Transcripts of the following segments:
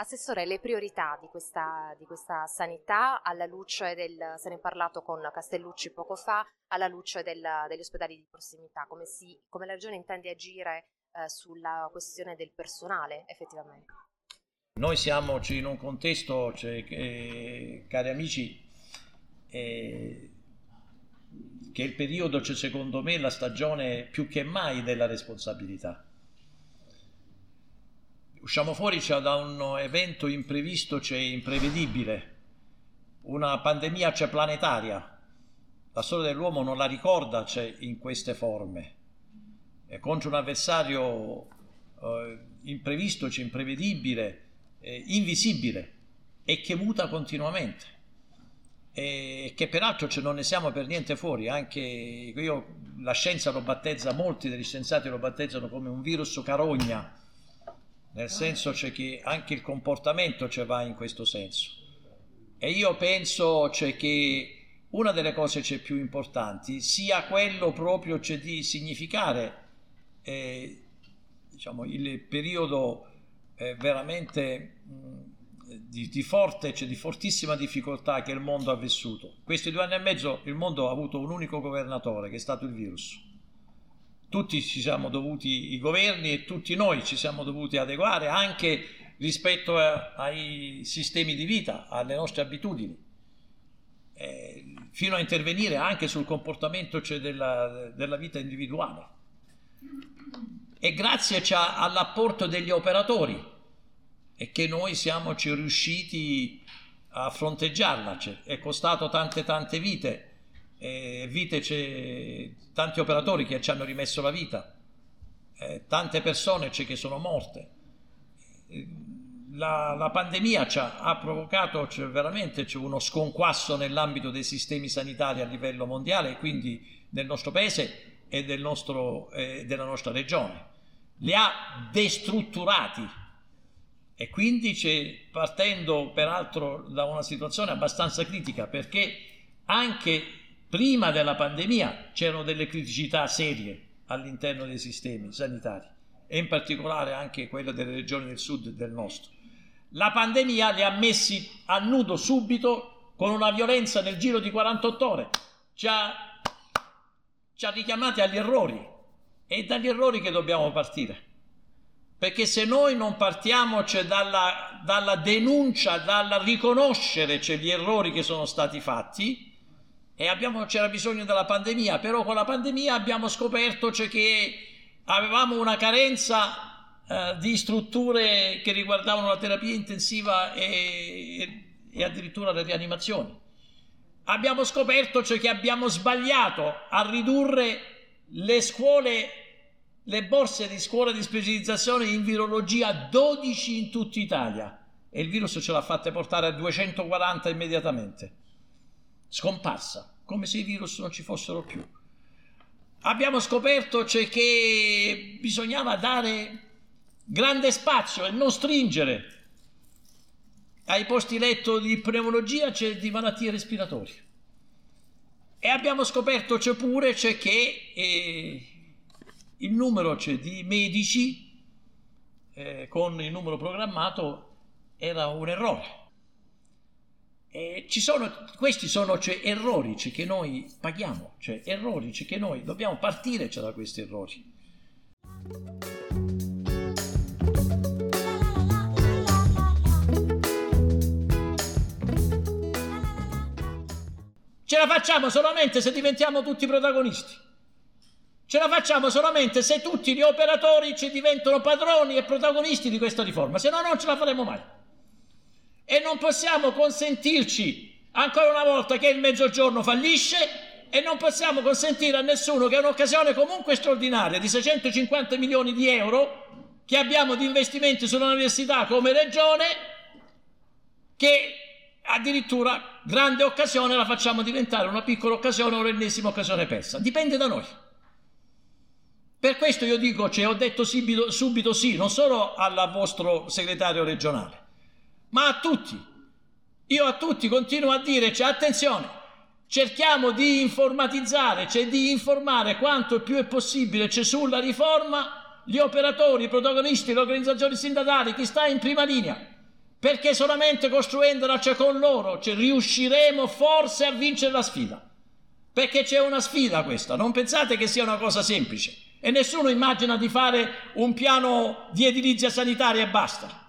Assessore, le priorità di questa sanità alla luce se ne è parlato con Castellucci poco fa, alla luce degli ospedali di prossimità, come la Regione intende agire sulla questione del personale effettivamente? Noi siamo in un contesto, cari amici, che è il periodo, secondo me, la stagione più che mai della responsabilità. Usciamo fuori da un evento imprevisto, imprevedibile, una pandemia planetaria. La storia dell'uomo non la ricorda in queste forme. E contro un avversario imprevisto, imprevedibile, invisibile e che muta continuamente. E che peraltro non ne siamo per niente fuori. Anche la scienza lo battezza, molti degli scienziati lo battezzano come un virus carogna, nel senso che anche il comportamento va in questo senso. E io penso che una delle cose più importanti sia quello proprio di significare il periodo veramente di fortissima difficoltà che il mondo ha vissuto. Questi 2 anni e mezzo il mondo ha avuto un unico governatore, che è stato il virus. Tutti ci siamo dovuti, i governi e tutti noi ci siamo dovuti adeguare anche rispetto ai sistemi di vita, alle nostre abitudini, fino a intervenire anche sul comportamento della vita individuale. E grazie all'apporto degli operatori è che noi siamo riusciti a fronteggiarla. È costato tante vite. Tanti operatori che ci hanno rimesso la vita, tante persone che sono morte. La pandemia ha provocato veramente uno sconquasso nell'ambito dei sistemi sanitari a livello mondiale, e quindi nel nostro paese e della nostra regione. Li ha destrutturati, e quindi partendo peraltro da una situazione abbastanza critica, perché anche prima della pandemia c'erano delle criticità serie all'interno dei sistemi sanitari, e in particolare anche quelle delle regioni del sud del nostro. La pandemia li ha messi a nudo subito, con una violenza nel giro di 48 ore. Ci ha richiamati agli errori, e dagli errori che dobbiamo partire. Perché se noi non partiamo dalla denuncia, dal riconoscere gli errori che sono stati fatti, c'era bisogno della pandemia, però con la pandemia abbiamo scoperto che avevamo una carenza di strutture che riguardavano la terapia intensiva e addirittura le rianimazioni. Abbiamo scoperto che abbiamo sbagliato a ridurre le borse di scuola di specializzazione in virologia, 12 in tutta Italia, e il virus ce l'ha fatte portare a 240 immediatamente. Scomparsa, come se i virus non ci fossero più. Abbiamo scoperto che bisognava dare grande spazio e non stringere ai posti letto di pneumologia, di malattie respiratorie. E abbiamo scoperto pure che il numero di medici con il numero programmato era un errore. Questi sono errori che noi paghiamo, errori che noi dobbiamo partire da questi errori. Ce la facciamo solamente se diventiamo tutti protagonisti. Ce la facciamo solamente se tutti gli operatori diventano padroni e protagonisti di questa riforma, se no non ce la faremo mai. E non possiamo consentirci ancora una volta che il Mezzogiorno fallisce, e non possiamo consentire a nessuno che un'occasione comunque straordinaria di 650 milioni di euro che abbiamo di investimenti sull'università come regione, che addirittura grande occasione la facciamo diventare una piccola occasione o l'ennesima occasione persa. Dipende da noi. Per questo io dico, ho detto subito sì, non solo al vostro segretario regionale, ma a tutti. Io a tutti continuo a dire, attenzione, cerchiamo di informatizzare, di informare quanto più è possibile sulla riforma gli operatori, i protagonisti, le organizzazioni sindacali, chi sta in prima linea, perché solamente costruendola, cioè con loro, riusciremo forse a vincere la sfida. Perché c'è una sfida questa, non pensate che sia una cosa semplice. E nessuno immagina di fare un piano di edilizia sanitaria e basta.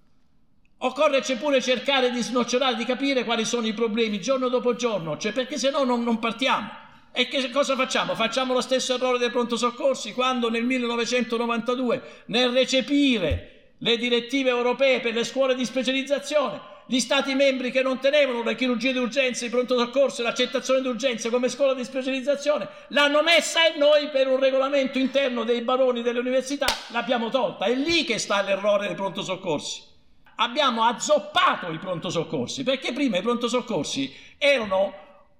Occorre pure cercare di snocciolare, di capire quali sono i problemi giorno dopo giorno, perché se no non partiamo. E che cosa facciamo? Facciamo lo stesso errore dei pronto soccorsi, quando nel 1992, nel recepire le direttive europee per le scuole di specializzazione, gli stati membri che non tenevano la chirurgia d'urgenza, i pronto soccorso e l'accettazione d'urgenza come scuola di specializzazione l'hanno messa, e noi per un regolamento interno dei baroni delle università l'abbiamo tolta. È lì che sta l'errore dei pronto soccorsi. Abbiamo azzoppato i pronto soccorsi, perché prima i pronto soccorsi erano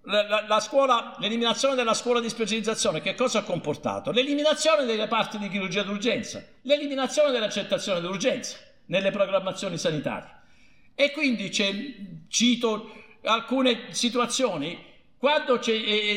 l'eliminazione della scuola di specializzazione. Che cosa ha comportato? L'eliminazione dei reparti di chirurgia d'urgenza, l'eliminazione dell'accettazione d'urgenza nelle programmazioni sanitarie. E quindi cito alcune situazioni. Quando si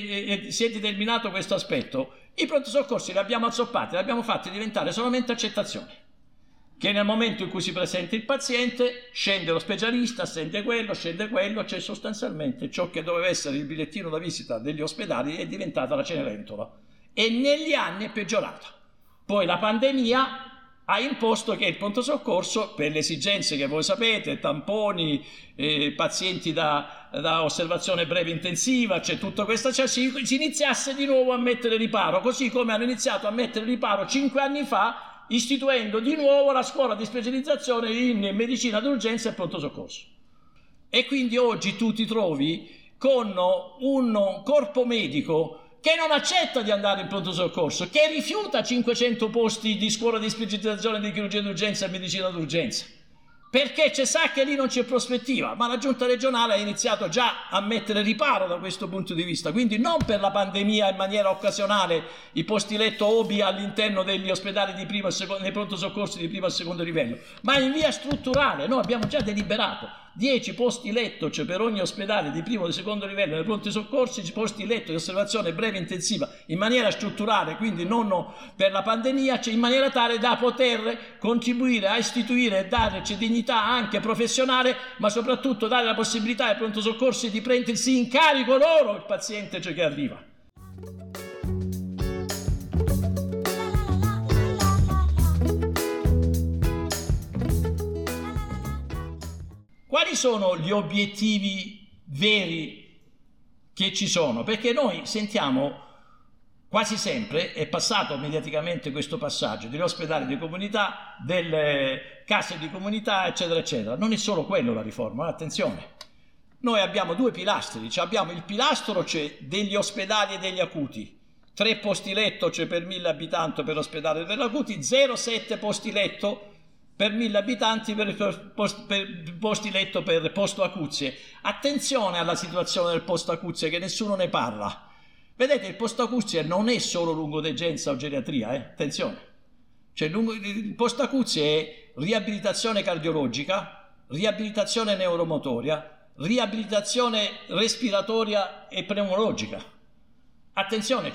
è determinato questo aspetto, i pronto soccorsi li abbiamo azzoppati, li abbiamo fatti diventare solamente accettazione, che nel momento in cui si presenta il paziente scende lo specialista, scende quello, cioè sostanzialmente ciò che doveva essere il bigliettino da visita degli ospedali è diventata la Cenerentola, e negli anni è peggiorata. Poi la pandemia ha imposto che il pronto soccorso, per le esigenze che voi sapete, tamponi, pazienti da osservazione breve intensiva, tutto questo, si iniziasse di nuovo a mettere riparo, così come hanno iniziato a mettere riparo 5 anni fa, istituendo di nuovo la scuola di specializzazione in medicina d'urgenza e pronto soccorso. E quindi oggi tu ti trovi con un corpo medico che non accetta di andare in pronto soccorso, che rifiuta 500 posti di scuola di specializzazione di chirurgia d'urgenza e medicina d'urgenza, perché sa che lì non c'è prospettiva. Ma la giunta regionale ha iniziato già a mettere riparo da questo punto di vista, quindi non per la pandemia in maniera occasionale i posti letto OBI all'interno degli ospedali di primo e secondo, nei pronto soccorsi di primo e secondo livello, ma in via strutturale. Noi abbiamo già deliberato 10 posti letto per ogni ospedale di primo e secondo livello nei pronti soccorsi, posti letto di osservazione breve intensiva in maniera strutturale, quindi non per la pandemia, in maniera tale da poter contribuire a istituire e dare dignità anche professionale, ma soprattutto dare la possibilità ai pronto soccorsi di prendersi in carico loro il paziente che arriva. Quali sono gli obiettivi veri che ci sono? Perché noi sentiamo quasi sempre, è passato mediaticamente questo passaggio, degli ospedali di comunità, delle case di comunità, eccetera, eccetera. Non è solo quello la riforma, attenzione. Noi abbiamo 2 pilastri, abbiamo il pilastro degli ospedali e degli acuti, 3 posti letto per 1000 abitanti per ospedale per acuti, 0,7 posti letto per 1000 abitanti per posti letto per posto acuzie. Attenzione alla situazione del posto acuzie, che nessuno ne parla. Vedete, il posto acuzie non è solo lungodegenza o geriatria, attenzione. Il posto acuzie è riabilitazione cardiologica, riabilitazione neuromotoria, riabilitazione respiratoria e pneumologica. Attenzione,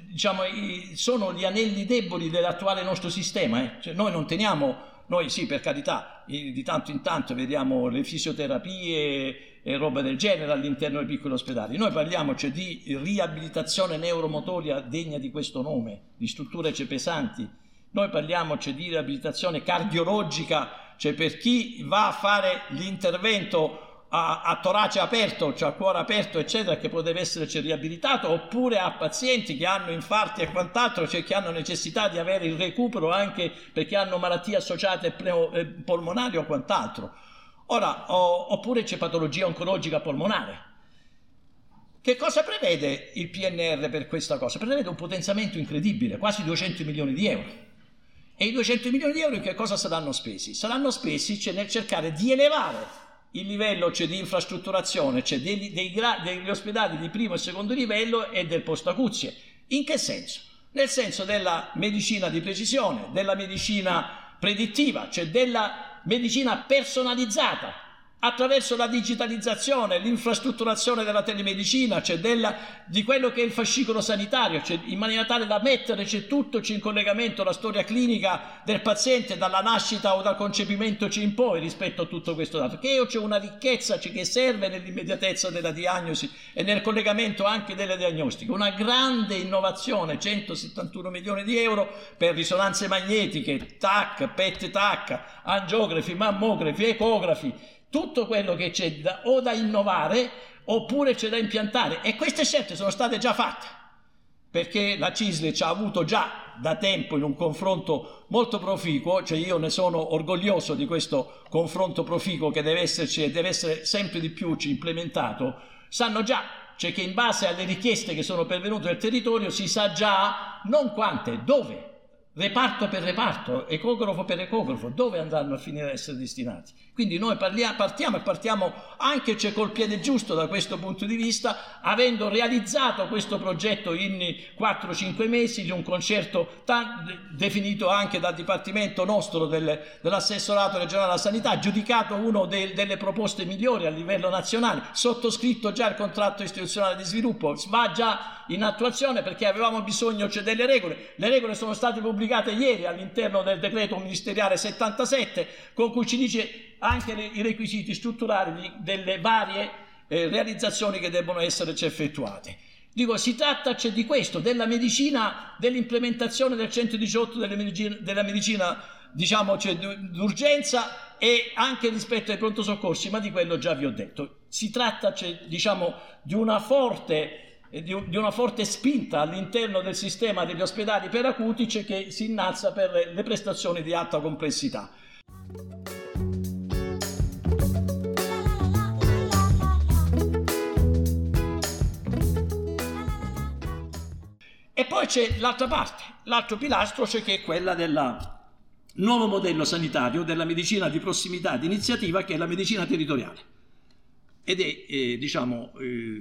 sono gli anelli deboli dell'attuale nostro sistema. Noi non teniamo... Noi sì, per carità, di tanto in tanto vediamo le fisioterapie e roba del genere all'interno dei piccoli ospedali. Noi parliamo di riabilitazione neuromotoria degna di questo nome, di strutture pesanti. Noi parliamo di riabilitazione cardiologica, per chi va a fare l'intervento a torace aperto, a cuore aperto, eccetera, che può deve essere riabilitato, oppure a pazienti che hanno infarti e quant'altro, che hanno necessità di avere il recupero anche perché hanno malattie associate polmonari o quant'altro. Ora, oppure c'è patologia oncologica polmonare. Che cosa prevede il PNR per questa cosa? Prevede un potenziamento incredibile, quasi 200 milioni di euro. E i 200 milioni di euro in che cosa saranno spesi? Saranno spesi nel cercare di elevare il livello di infrastrutturazione degli ospedali di primo e secondo livello e del posto acuzie. In che senso? Nel senso della medicina di precisione, della medicina predittiva, della medicina personalizzata, attraverso la digitalizzazione, l'infrastrutturazione della telemedicina, cioè di quello che è il fascicolo sanitario, cioè in maniera tale da mettere tutto in collegamento la storia clinica del paziente dalla nascita o dal concepimento in poi rispetto a tutto questo dato, che c'è una ricchezza che serve nell'immediatezza della diagnosi e nel collegamento anche delle diagnostiche, una grande innovazione, 171 milioni di euro per risonanze magnetiche, TAC, PET-TAC, angiografi, mammografi, ecografi, tutto quello che c'è o da innovare oppure c'è da impiantare, e queste scelte sono state già fatte, perché la CISL ci ha avuto già da tempo in un confronto molto proficuo, cioè io ne sono orgoglioso di questo confronto proficuo che deve esserci e deve essere sempre di più implementato. Sanno già, cioè che in base alle richieste che sono pervenute dal territorio si sa già non quante, dove, reparto per reparto, ecografo per ecografo, dove andranno a finire ad essere destinati. Quindi noi partiamo anche col piede giusto da questo punto di vista, avendo realizzato questo progetto in 4-5 mesi di un concerto definito anche dal Dipartimento nostro dell'assessorato regionale alla sanità, giudicato uno delle proposte migliori a livello nazionale, sottoscritto già il contratto istituzionale di sviluppo, va già in attuazione perché avevamo bisogno delle regole. Le regole sono state pubblicate ieri all'interno del decreto ministeriale 77, con cui ci dice anche i requisiti strutturali delle varie realizzazioni che debbono esserci effettuate. Dico, si tratta di questo, della medicina, dell'implementazione del 118 della medicina diciamo d'urgenza e anche rispetto ai pronto soccorsi, ma di quello già vi ho detto. Si tratta diciamo di una forte spinta all'interno del sistema degli ospedali peracutici che si innalza per le prestazioni di alta complessità. E poi c'è l'altra parte, l'altro pilastro, cioè che è quella del nuovo modello sanitario della medicina di prossimità di iniziativa, che è la medicina territoriale. Ed è diciamo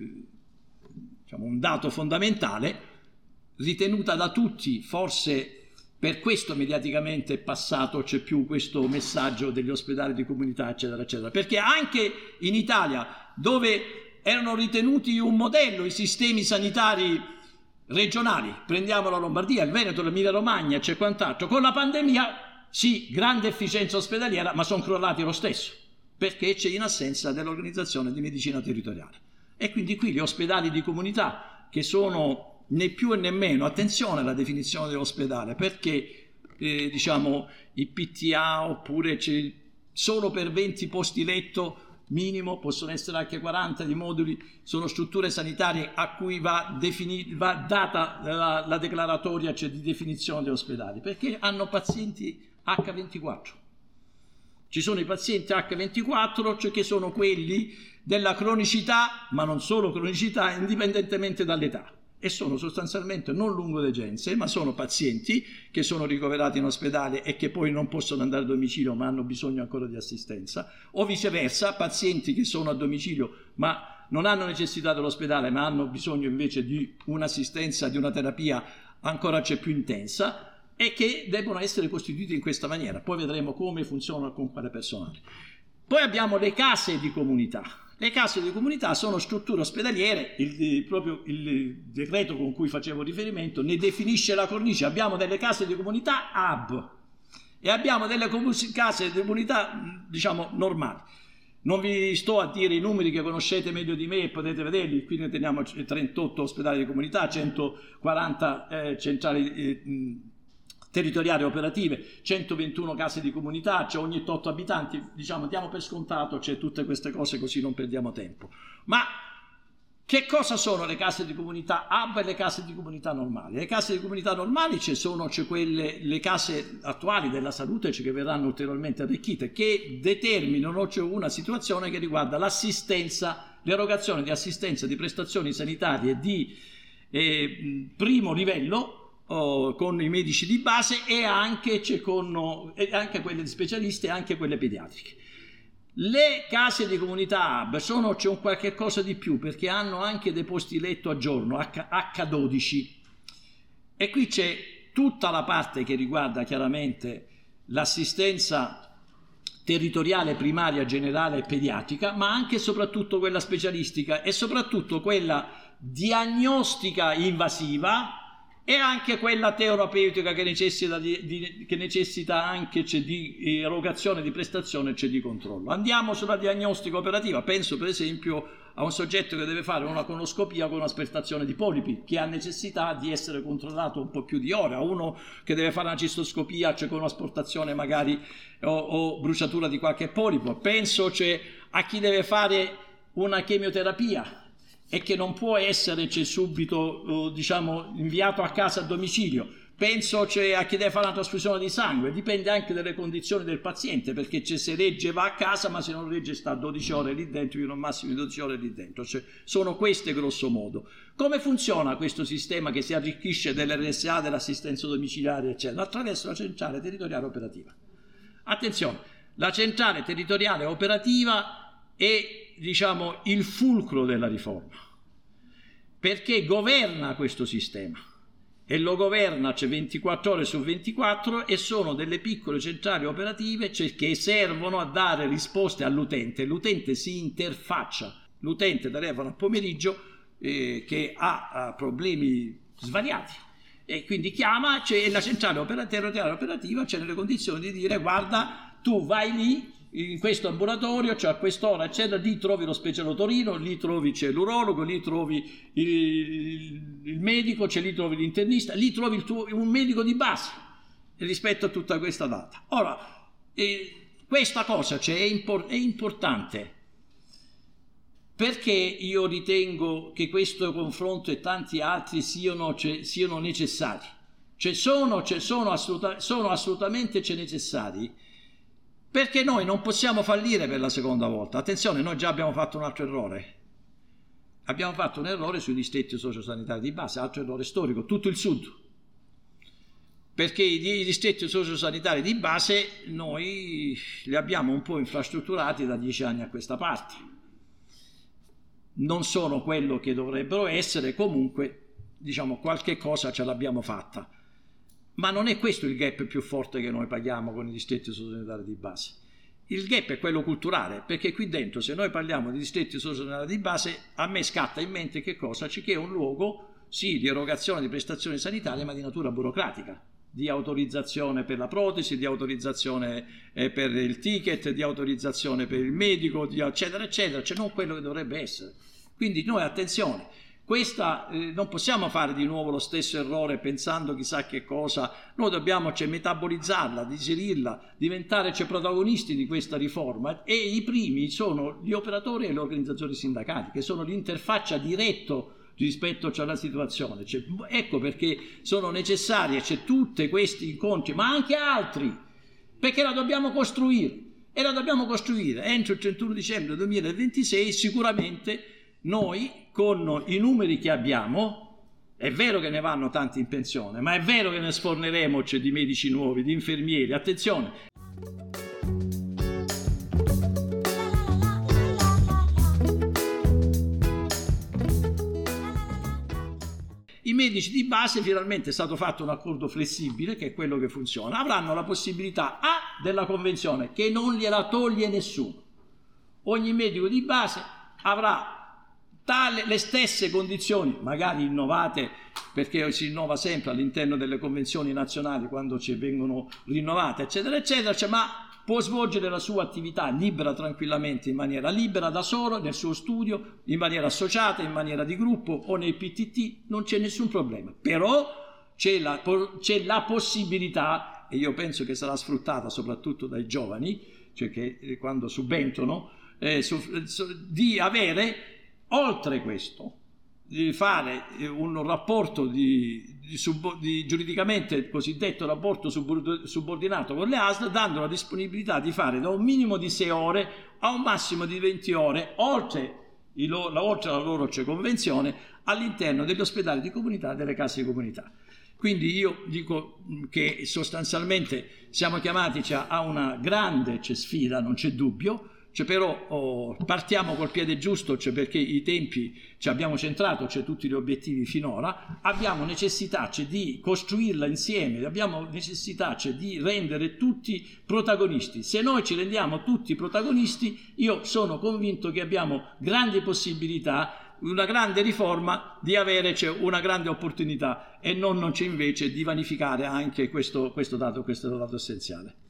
un dato fondamentale, ritenuta da tutti, forse per questo mediaticamente è passato, c'è più questo messaggio degli ospedali di comunità, eccetera, eccetera, perché anche in Italia, dove erano ritenuti un modello i sistemi sanitari regionali, prendiamo la Lombardia, il Veneto, l'Emilia Romagna, c'è quant'altro, con la pandemia sì, grande efficienza ospedaliera, ma sono crollati lo stesso, perché c'è in assenza dell'organizzazione di medicina territoriale. E quindi qui gli ospedali di comunità, che sono né più né meno, attenzione alla definizione dell'ospedale, perché diciamo i PTA oppure solo per 20 posti letto minimo, possono essere anche 40 di moduli, sono strutture sanitarie a cui va data la declaratoria, cioè di definizione degli ospedali, perché hanno pazienti H24. Ci sono i pazienti H24, cioè che sono quelli della cronicità, ma non solo cronicità, indipendentemente dall'età, e sono sostanzialmente non lungodegenze, ma sono pazienti che sono ricoverati in ospedale e che poi non possono andare a domicilio ma hanno bisogno ancora di assistenza, o viceversa pazienti che sono a domicilio ma non hanno necessità dell'ospedale ma hanno bisogno invece di un'assistenza, di una terapia ancora più intensa, e che debbono essere costituiti in questa maniera. Poi vedremo come funzionano con quale personale. Poi abbiamo le case di comunità. Le case di comunità sono strutture ospedaliere, proprio il decreto con cui facevo riferimento ne definisce la cornice. Abbiamo delle case di comunità hub e abbiamo delle case di comunità diciamo normali. Non vi sto a dire i numeri che conoscete meglio di me e potete vederli, qui ne teniamo 38 ospedali di comunità, 140 centrali territoriali operative, 121 case di comunità, c'è ogni 8 abitanti, diciamo, diamo per scontato, c'è tutte queste cose così non perdiamo tempo. Ma che cosa sono le case di comunità hub e le case di comunità normali? Le case di comunità normali c'è le case attuali della salute che verranno ulteriormente arricchite, che determinano una situazione che riguarda l'assistenza, l'erogazione di assistenza, di prestazioni sanitarie di primo livello, con i medici di base e anche quelle di specialisti e anche quelle pediatriche. Le case di comunità hub c'è un qualche cosa di più, perché hanno anche dei posti letto a giorno, H12, e qui c'è tutta la parte che riguarda chiaramente l'assistenza territoriale primaria, generale e pediatrica, ma anche e soprattutto quella specialistica e soprattutto quella diagnostica invasiva e anche quella terapeutica che necessita anche di erogazione di prestazione e di controllo. Andiamo sulla diagnostica operativa. Penso per esempio a un soggetto che deve fare una conoscopia con un'aspettazione di polipi, che ha necessità di essere controllato un po' più di ore, a uno che deve fare una cistoscopia, cioè con un'asportazione magari o bruciatura di qualche polipo. Penso a chi deve fare una chemioterapia e che non può essere subito inviato a casa a domicilio. Penso a chi deve fare una trasfusione di sangue. Dipende anche dalle condizioni del paziente, perché se regge va a casa, ma se non regge sta 12 ore lì dentro, fino a un massimo di 12 ore lì dentro. Sono queste grosso modo. Come funziona questo sistema che si arricchisce dell'RSA, dell'assistenza domiciliare, eccetera? Attraverso la centrale territoriale operativa. Attenzione, la centrale territoriale operativa è il fulcro della riforma, perché governa questo sistema e lo governa 24 ore su 24 e sono delle piccole centrali operative che servono a dare risposte all'utente. L'utente si interfaccia, l'utente telefona al pomeriggio che ha problemi svariati e quindi chiama, la centrale territoriale operativa c'è nelle condizioni di dire: guarda, tu vai lì in questo ambulatorio, a quest'ora eccetera, lì trovi lo specialotorino, lì c'è l'urologo, lì trovi il medico, lì trovi l'internista, lì trovi un medico di base rispetto a tutta questa data. Ora, questa cosa è importante, perché io ritengo che questo confronto e tanti altri siano necessari, sono assolutamente necessari, perché noi non possiamo fallire per la seconda volta. Attenzione, noi già abbiamo fatto un altro errore. Abbiamo fatto un errore sui distretti sociosanitari di base, altro errore storico, tutto il Sud. Perché i distretti sociosanitari di base noi li abbiamo un po' infrastrutturati da 10 anni a questa parte. Non sono quello che dovrebbero essere, comunque, qualche cosa ce l'abbiamo fatta. Ma non è questo il gap più forte che noi paghiamo con i distretti sociosanitari di base. Il gap è quello culturale, perché qui dentro, se noi parliamo di distretti sociosanitari di base, a me scatta in mente che cosa? Che è un luogo, sì, di erogazione di prestazioni sanitarie, ma di natura burocratica, di autorizzazione per la protesi, di autorizzazione per il ticket, di autorizzazione per il medico, eccetera, eccetera, non quello che dovrebbe essere. Quindi noi, attenzione, non possiamo fare di nuovo lo stesso errore pensando chissà che cosa. Noi dobbiamo metabolizzarla, digerirla, diventare protagonisti di questa riforma, e i primi sono gli operatori e le organizzazioni sindacali, che sono l'interfaccia diretto rispetto alla situazione. Ecco perché sono necessarie tutti questi incontri, ma anche altri, perché la dobbiamo costruire, e la dobbiamo costruire entro il 31 dicembre 2026 sicuramente. Noi, con i numeri che abbiamo, è vero che ne vanno tanti in pensione, ma è vero che ne sforneremo di medici nuovi, di infermieri. Attenzione! I medici di base, finalmente è stato fatto un accordo flessibile, che è quello che funziona, avranno la possibilità della convenzione, che non gliela toglie nessuno. Ogni medico di base avrà le stesse condizioni, magari innovate, perché si innova sempre all'interno delle convenzioni nazionali quando vengono rinnovate, eccetera, eccetera, ma può svolgere la sua attività libera, tranquillamente, in maniera libera, da solo, nel suo studio, in maniera associata, in maniera di gruppo o nei PTT, non c'è nessun problema. Però c'è la possibilità, e io penso che sarà sfruttata soprattutto dai giovani, che quando subentrano, di avere, oltre questo, di fare un rapporto giuridicamente cosiddetto rapporto subordinato con le ASL, dando la disponibilità di fare da un minimo di 6 ore a un massimo di 20 ore, oltre la loro convenzione, all'interno degli ospedali di comunità e delle case di comunità. Quindi io dico che sostanzialmente siamo chiamati a una grande sfida, non c'è dubbio, Però partiamo col piede giusto, perché i tempi ci abbiamo centrato, tutti gli obiettivi finora, abbiamo necessità di costruirla insieme, abbiamo necessità di rendere tutti protagonisti. Se noi ci rendiamo tutti protagonisti, io sono convinto che abbiamo grandi possibilità, una grande riforma, di avere una grande opportunità, e non c'è invece di vanificare anche questo dato essenziale.